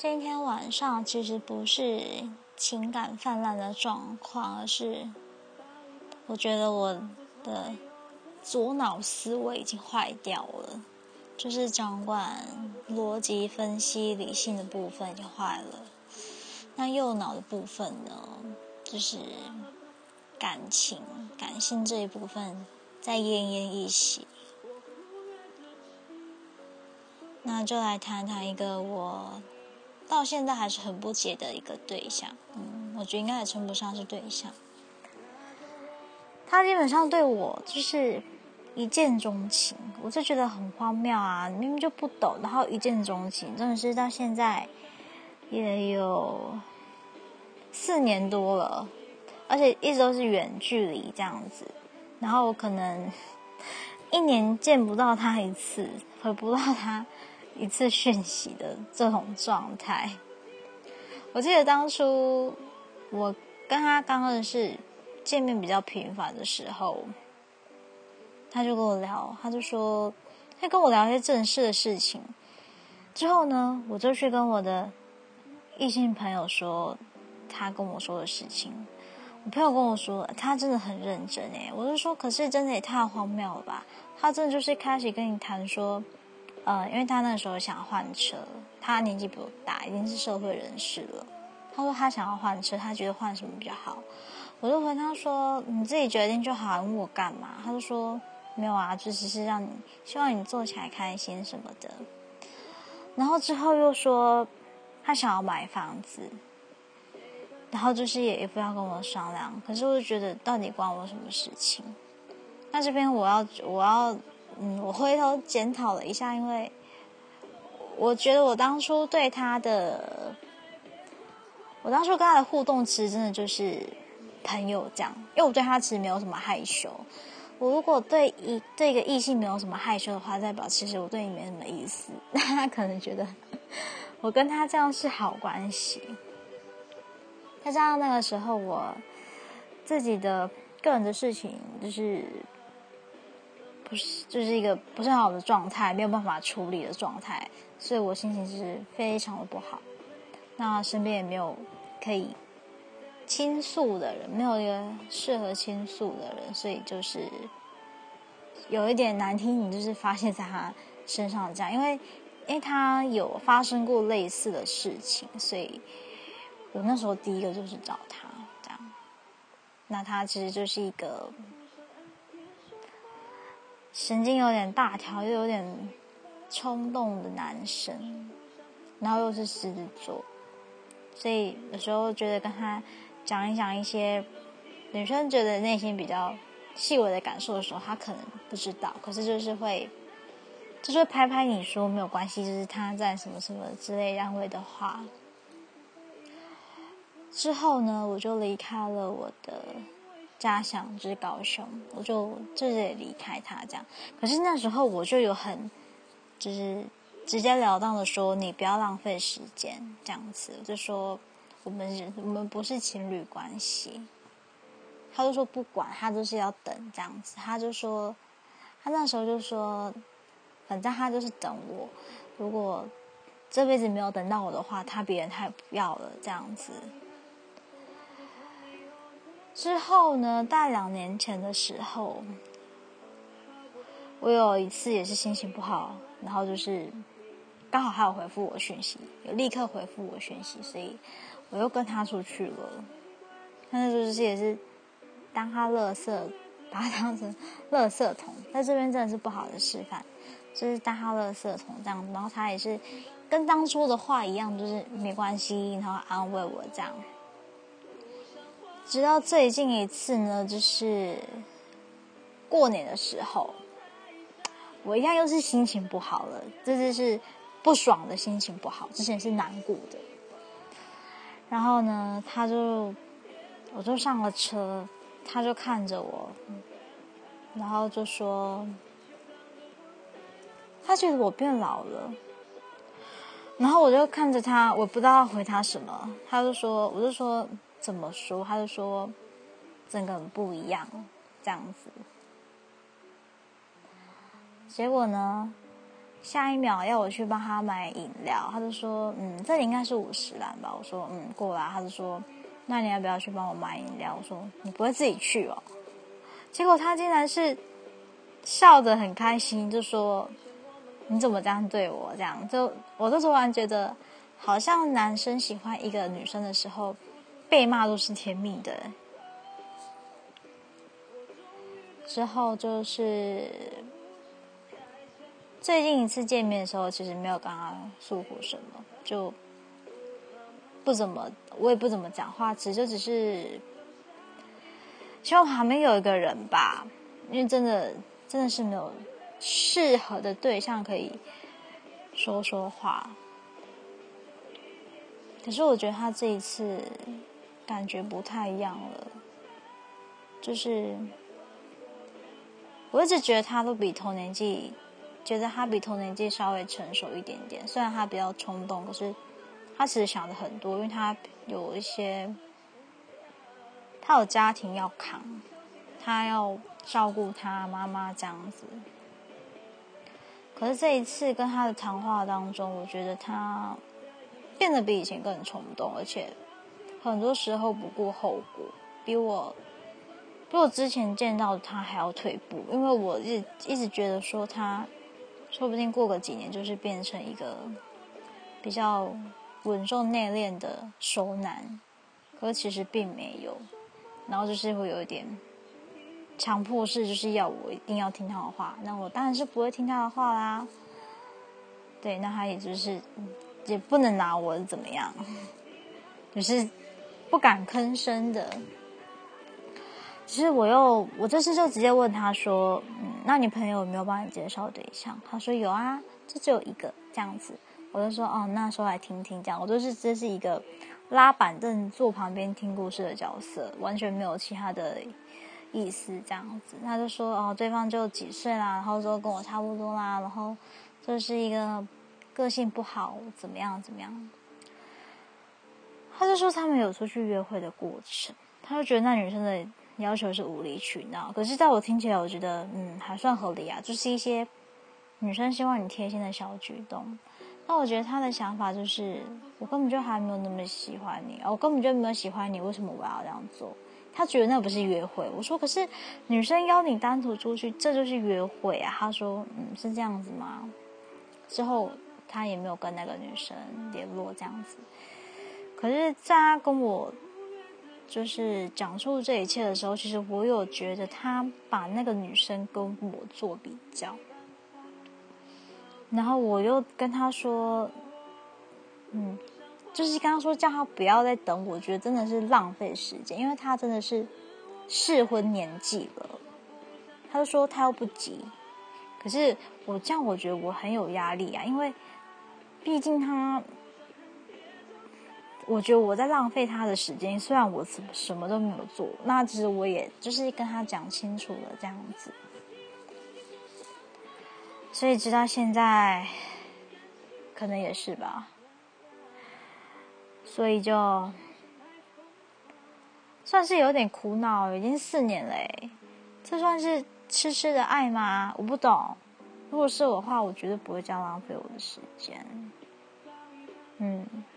今天晚上其实不是情感泛滥的状况，而是我觉得我的左脑思维已经坏掉了，就是掌管逻辑分析理性的部分已经坏了。那右脑的部分呢，就是感性这一部分在奄奄一息。那就来谈谈一个我到现在还是很不解的一个对象，我觉得应该也称不上是对象。他基本上对我就是一见钟情，我就觉得很荒谬啊！明明就不懂，然后一见钟情，真的是到现在也有4年多了，而且一直都是远距离这样子，然后我可能1年见不到他一次，回不到他一次讯息的这种状态。我记得当初我跟他刚认识见面比较频繁的时候，他就跟我聊，他跟我聊一些正式的事情。之后呢，我就去跟我的异性朋友说他跟我说的事情。我朋友跟我说他真的很认真耶，我就说可是真的也太荒谬了吧。他真的就是开始跟你谈说因为他那个时候想换车，他年纪比我大，已经是社会人士了。他说他想要换车，他觉得换什么比较好。我就回他说你自己决定就好，问我干嘛？他就说没有啊，就只是希望你坐起来开心什么的。然后之后又说他想要买房子，然后就是也一副要跟我商量，可是我就觉得到底关我什么事情？那这边我回头检讨了一下，因为我觉得我当初跟他的互动其实真的就是朋友这样，因为我对他其实没有什么害羞。我如果对一个异性没有什么害羞的话，代表其实我对你没什么意思。那他可能觉得我跟他这样是好关系。再加上那个时候我自己的个人的事情就是一个不是很好的状态，没有办法处理的状态，所以我心情是非常的不好。那身边也没有可以倾诉的人，没有一个适合倾诉的人，所以就是有一点难听，你就是发现在他身上这样，因为他有发生过类似的事情，所以我那时候第一个就是找他这样。那他其实就是一个神经有点大条又有点冲动的男生，然后又是狮子座，所以有时候觉得跟他讲一讲一些女生觉得内心比较细微的感受的时候，他可能不知道，可是就是会拍拍你说没有关系，就是他在什么什么之类安慰的话。之后呢，我就离开了我的家乡，就是高雄，我就也离开他这样。可是那时候我就有就是直截了当的说，你不要浪费时间这样子。我就说我们不是情侣关系。他就说不管，他就是要等这样子。他那时候就说，反正他就是等我，如果这辈子没有等到我的话，别人他也不要了这样子。之后呢，大概2年前的时候，我有一次也是心情不好，然后就是刚好他有回复我讯息，有立刻回复我讯息，所以我又跟他出去了。但是就是也是当他把他当成垃圾桶，在这边真的是不好的示范，就是当他垃圾桶这样，然后他也是跟当初的话一样，就是没关系，然后安慰我这样。直到最近一次呢，就是过年的时候，我一样又是心情不好了，这就是不爽的心情不好，之前是难过的。然后呢，我就上了车，他就看着我，然后就说他觉得我变老了。然后我就看着他，我不知道要回他什么，我就说怎么说，他就说整个很不一样这样子。结果呢， 下一秒要我去帮他买饮料，他就说这里应该是50兰吧，我说过来，他就说那你要不要去帮我买饮料？我说你不会自己去哦。结果他竟然是笑得很开心，就说你怎么这样对我？这样我就突然觉得，好像男生喜欢一个女生的时候，被骂都是甜蜜的。之后就是最近一次见面的时候，其实没有跟他诉苦什么，就我也不怎么讲话，只是希望旁边有一个人吧，因为真的是没有适合的对象可以说话。可是我觉得他这一次感觉不太一样了，就是我一直觉得他都比同年纪，觉得他比同年纪稍微成熟一点点。虽然他比较冲动，可是他其实想的很多，因为他有一些，他有家庭要扛，他要照顾他妈妈这样子。可是这一次跟他的谈话当中，我觉得他变得比以前更冲动，而且很多时候不顾后果，比我之前见到他还要退步。因为我一直觉得说他说不定过个几年就是变成一个比较稳重内敛的熟男，可是其实并没有。然后就是会有一点强迫式，就是要我一定要听他的话，那我当然是不会听他的话啦。对，那他也就是也不能拿我怎么样，就是不敢吭声的。其实我这次就直接问他说，那你朋友有没有帮你介绍对象？他说有啊，就只有一个这样子。我就说那说来听听这样。我就是这是一个拉板凳坐旁边听故事的角色，完全没有其他的意思这样子。他就说对方就几岁啦，然后说跟我差不多啦，然后就是一个个性不好，怎么样。他就说他们有出去约会的过程，他就觉得那女生的要求是无理取闹，可是在我听起来，我觉得还算合理啊，就是一些女生希望你贴心的小举动。那我觉得他的想法就是，我根本就还没有那么喜欢你，我根本就没有喜欢你，为什么我要这样做？他觉得那不是约会。我说可是女生邀你单独出去，这就是约会啊。他说是这样子吗？之后他也没有跟那个女生联络这样子。可是在他跟我就是讲述这一切的时候，其实我有觉得他把那个女生跟我做比较，然后我又跟他说就是刚刚说叫他不要再等，我觉得真的是浪费时间，因为他真的是适婚年纪了。他就说他又不急，可是我这样我觉得我很有压力啊，因为毕竟我觉得我在浪费他的时间，虽然我什么都没有做，那其实我也就是跟他讲清楚了这样子。所以直到现在可能也是吧，所以就算是有点苦恼，已经4年了耶，这算是痴的爱吗？我不懂。如果是我的话，我绝对不会这样浪费我的时间。